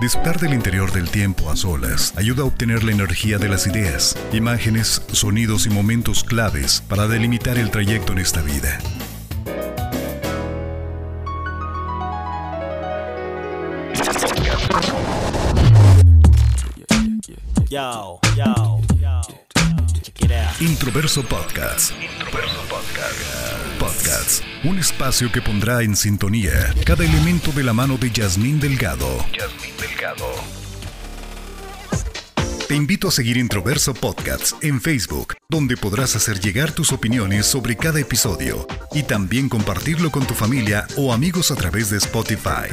Disfrutar del interior del tiempo a solas ayuda a obtener la energía de las ideas, imágenes, sonidos y momentos claves para delimitar el trayecto en esta vida. Introverso Podcast. Podcast. Un espacio que pondrá en sintonía cada elemento de la mano de Yasmín Delgado. Te invito a seguir Introverso Podcast en Facebook, donde podrás hacer llegar tus opiniones sobre cada episodio y también compartirlo con tu familia o amigos a través de Spotify.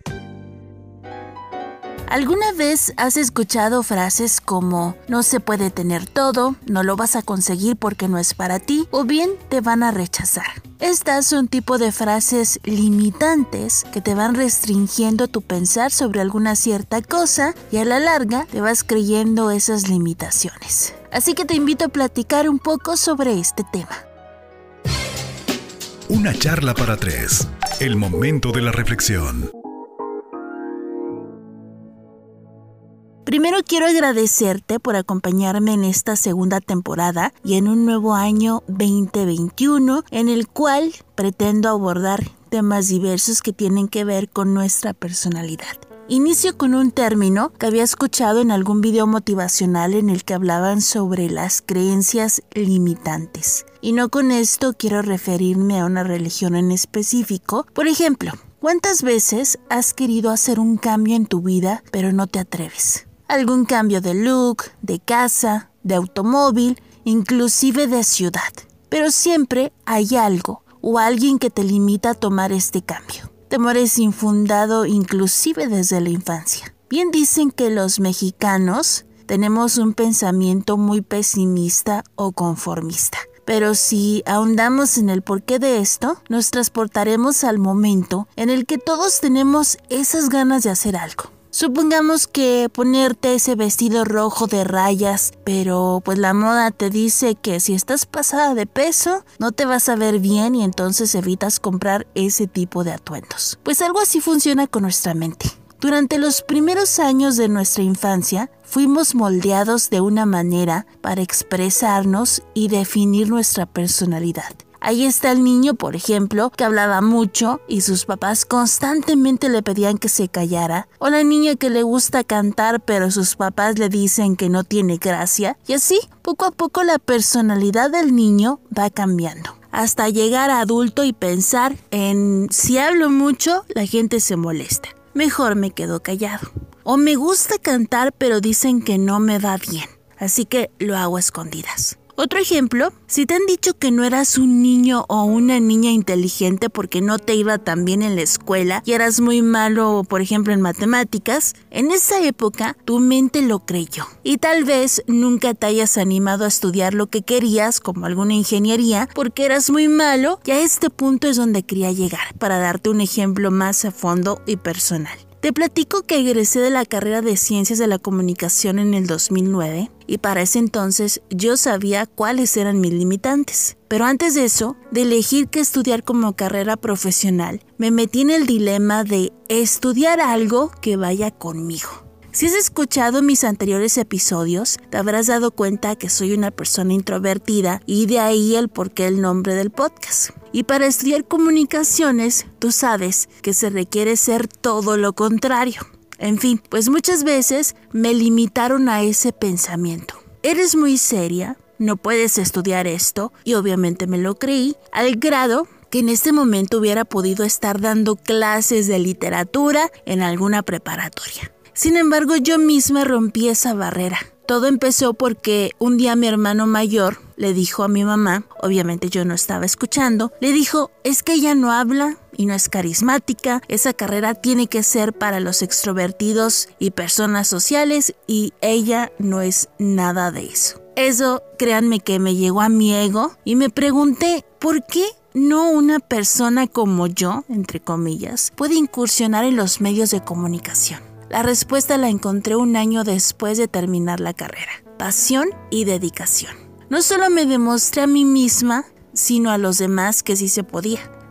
¿Alguna vez has escuchado frases como no se puede tener todo, no lo vas a conseguir porque no es para ti o bien te van a rechazar? Estas son tipo de frases limitantes que te van restringiendo tu pensar sobre alguna cierta cosa y a la larga te vas creyendo esas limitaciones. Así que te invito a platicar un poco sobre este tema. Una charla para tres. El momento de la reflexión. Primero quiero agradecerte por acompañarme en esta segunda temporada y en un nuevo año 2021 en el cual pretendo abordar temas diversos que tienen que ver con nuestra personalidad. Inicio con un término que había escuchado en algún video motivacional en el que hablaban sobre las creencias limitantes. Y no con esto quiero referirme a una religión en específico. Por ejemplo, ¿cuántas veces has querido hacer un cambio en tu vida pero no te atreves? Algún cambio de look, de casa, de automóvil, inclusive de ciudad. Pero siempre hay algo o alguien que te limita a tomar este cambio. Temores infundado inclusive desde la infancia. Bien dicen que los mexicanos tenemos un pensamiento muy pesimista o conformista. Pero si ahondamos en el porqué de esto, nos transportaremos al momento en el que todos tenemos esas ganas de hacer algo. Supongamos que ponerte ese vestido rojo de rayas, pero pues la moda te dice que si estás pasada de peso, no te vas a ver bien y entonces evitas comprar ese tipo de atuendos. Pues algo así funciona con nuestra mente. Durante los primeros años de nuestra infancia, fuimos moldeados de una manera para expresarnos y definir nuestra personalidad. Ahí está el niño, por ejemplo, que hablaba mucho y sus papás constantemente le pedían que se callara. O la niña que le gusta cantar pero sus papás le dicen que no tiene gracia. Y así, poco a poco la personalidad del niño va cambiando. Hasta llegar a adulto y pensar en si hablo mucho, la gente se molesta. Mejor me quedo callado. O me gusta cantar pero dicen que no me va bien. Así que lo hago a escondidas. Otro ejemplo, si te han dicho que no eras un niño o una niña inteligente porque no te iba tan bien en la escuela y eras muy malo, por ejemplo, en matemáticas, en esa época tu mente lo creyó. Y tal vez nunca te hayas animado a estudiar lo que querías, como alguna ingeniería, porque eras muy malo y a este punto es donde quería llegar, para darte un ejemplo más a fondo y personal. Te platico que egresé de la carrera de Ciencias de la Comunicación en el 2009 y para ese entonces yo sabía cuáles eran mis limitantes. Pero antes de eso, de elegir qué estudiar como carrera profesional, me metí en el dilema de estudiar algo que vaya conmigo. Si has escuchado mis anteriores episodios, te habrás dado cuenta que soy una persona introvertida y de ahí el porqué el nombre del podcast. Y para estudiar comunicaciones, tú sabes que se requiere ser todo lo contrario. En fin, pues muchas veces me limitaron a ese pensamiento. Eres muy seria, no puedes estudiar esto, y obviamente me lo creí, al grado que en este momento hubiera podido estar dando clases de literatura en alguna preparatoria. Sin embargo, yo misma rompí esa barrera. Todo empezó porque un día mi hermano mayor le dijo a mi mamá, obviamente yo no estaba escuchando, le dijo, es que ella no habla y no es carismática, esa carrera tiene que ser para los extrovertidos y personas sociales y ella no es nada de eso. Eso, créanme que me llegó a mi ego y me pregunté, ¿por qué no una persona como yo, entre comillas, puede incursionar en los medios de comunicación? La respuesta la encontré un año después de terminar la carrera. Pasión y dedicación. No solo me demostré a mí misma, sino a los demás que sí se podía.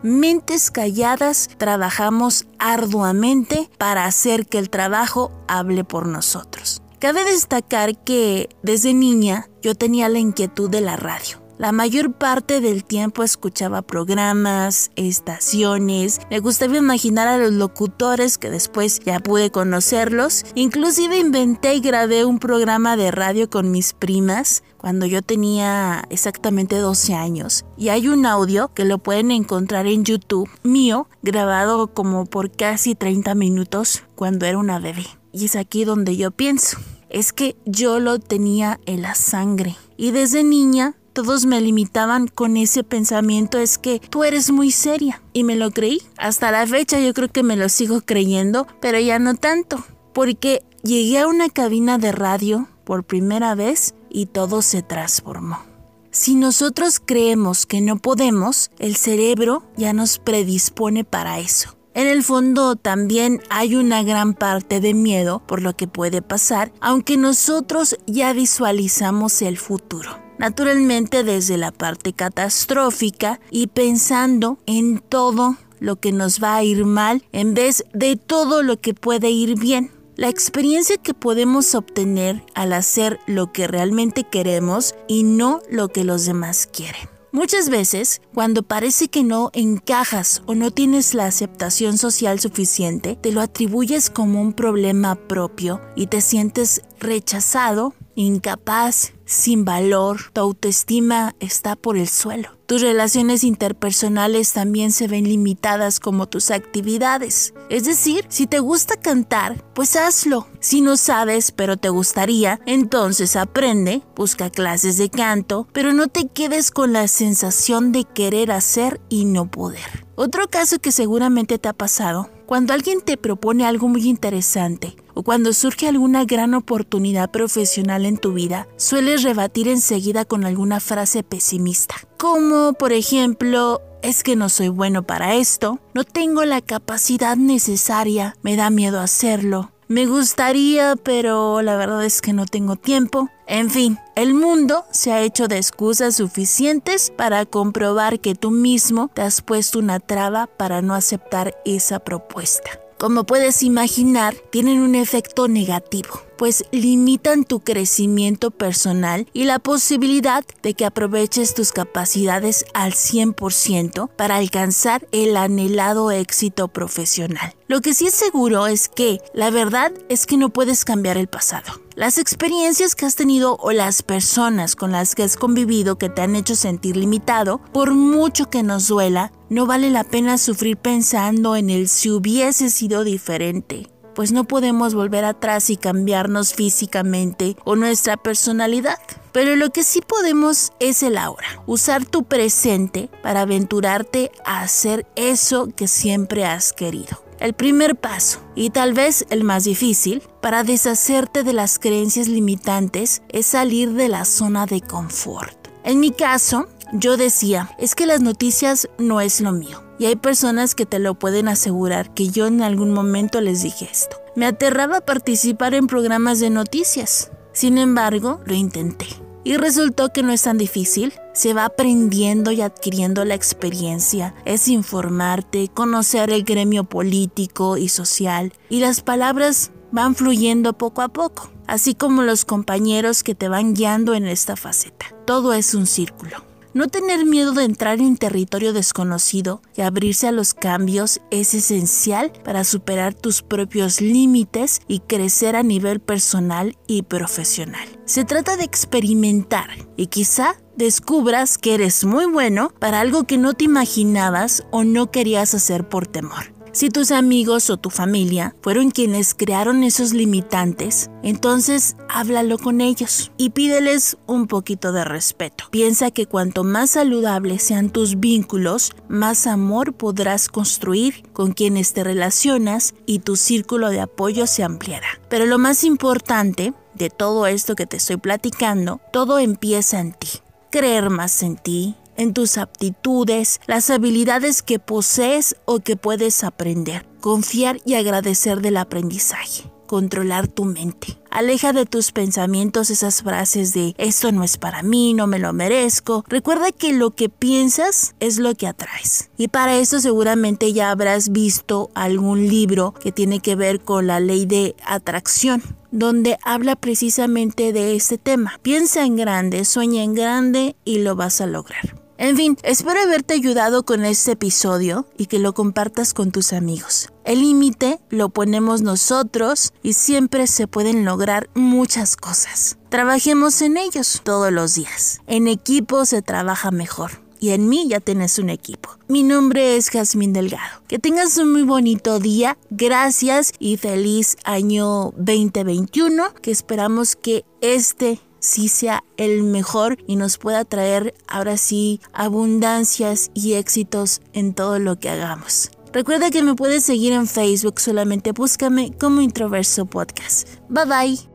mentes calladas trabajamos arduamente para hacer que el trabajo hable por nosotros. Cabe destacar que desde niña yo tenía la inquietud de la radio. La mayor parte del tiempo escuchaba programas, estaciones, me gustaba imaginar a los locutores que después ya pude conocerlos. Inclusive inventé y grabé un programa de radio con mis primas cuando yo tenía exactamente 12 años. Y hay un audio que lo pueden encontrar en YouTube mío, grabado como por casi 30 minutos cuando era una bebé. Y es aquí donde yo pienso, es que yo lo tenía en la sangre. Y desde niña todos me limitaban con ese pensamiento, es que tú eres muy seria. Y me lo creí. Hasta la fecha yo creo que me lo sigo creyendo, pero ya no tanto. Porque llegué a una cabina de radio por primera vez y todo se transformó. Si nosotros creemos que no podemos, el cerebro ya nos predispone para eso. En el fondo también hay una gran parte de miedo por lo que puede pasar, aunque nosotros ya visualizamos el futuro. Naturalmente desde la parte catastrófica y pensando en todo lo que nos va a ir mal en vez de todo lo que puede ir bien. La experiencia que podemos obtener al hacer lo que realmente queremos y no lo que los demás quieren. Muchas veces, cuando parece que no encajas o no tienes la aceptación social suficiente, te lo atribuyes como un problema propio y te sientes rechazado, incapaz, sin valor. Tu autoestima está por el suelo. Tus relaciones interpersonales también se ven limitadas como tus actividades. Es decir, si te gusta cantar, pues hazlo. Si no sabes, pero te gustaría, entonces aprende, busca clases de canto, pero no te quedes con la sensación de querer hacer y no poder. Otro caso que seguramente te ha pasado, cuando alguien te propone algo muy interesante o cuando surge alguna gran oportunidad profesional en tu vida, sueles rebatir enseguida con alguna frase pesimista. Como, por ejemplo, es que no soy bueno para esto, no tengo la capacidad necesaria, me da miedo hacerlo, me gustaría, pero la verdad es que no tengo tiempo. En fin, el mundo se ha hecho de excusas suficientes para comprobar que tú mismo te has puesto una traba para no aceptar esa propuesta. Como puedes imaginar, tienen un efecto negativo, pues limitan tu crecimiento personal y la posibilidad de que aproveches tus capacidades al 100% para alcanzar el anhelado éxito profesional. Lo que sí es seguro es que la verdad es que no puedes cambiar el pasado. Las experiencias que has tenido o las personas con las que has convivido que te han hecho sentir limitado, por mucho que nos duela, no vale la pena sufrir pensando en el si hubiese sido diferente, pues no podemos volver atrás y cambiarnos físicamente o nuestra personalidad. Pero lo que sí podemos es el ahora, usar tu presente para aventurarte a hacer eso que siempre has querido. El primer paso, y tal vez el más difícil, para deshacerte de las creencias limitantes es salir de la zona de confort. En mi caso, yo decía, es que las noticias no es lo mío. Y hay personas que te lo pueden asegurar que yo en algún momento les dije esto. Me aterraba participar en programas de noticias. Sin embargo, lo intenté. Y resultó que no es tan difícil. Se va aprendiendo y adquiriendo la experiencia. Es informarte, conocer el gremio político y social. Y las palabras van fluyendo poco a poco. Así como los compañeros que te van guiando en esta faceta. Todo es un círculo. No tener miedo de entrar en territorio desconocido y abrirse a los cambios es esencial para superar tus propios límites y crecer a nivel personal y profesional. Se trata de experimentar y quizá descubras que eres muy bueno para algo que no te imaginabas o no querías hacer por temor. Si tus amigos o tu familia fueron quienes crearon esos limitantes, entonces háblalo con ellos y pídeles un poquito de respeto. Piensa que cuanto más saludables sean tus vínculos, más amor podrás construir con quienes te relacionas y tu círculo de apoyo se ampliará. Pero lo más importante de todo esto que te estoy platicando, todo empieza en ti. Creer más en ti, en tus aptitudes, las habilidades que posees o que puedes aprender. Confiar y agradecer del aprendizaje. Controlar tu mente. Aleja de tus pensamientos esas frases de esto no es para mí, no me lo merezco. Recuerda que lo que piensas es lo que atraes. Y para eso seguramente ya habrás visto algún libro que tiene que ver con la ley de atracción, donde habla precisamente de este tema. Piensa en grande, sueña en grande y lo vas a lograr. En fin, espero haberte ayudado con este episodio y que lo compartas con tus amigos. El límite lo ponemos nosotros y siempre se pueden lograr muchas cosas. Trabajemos en ellos todos los días. En equipo se trabaja mejor. Y en mí ya tenés un equipo. Mi nombre es Jazmín Delgado. Que tengas un muy bonito día. Gracias y feliz año 2021. Que esperamos que sí sea el mejor y nos pueda traer ahora sí abundancias y éxitos en todo lo que hagamos. Recuerda que me puedes seguir en Facebook, solamente búscame como Introverso Podcast. Bye bye.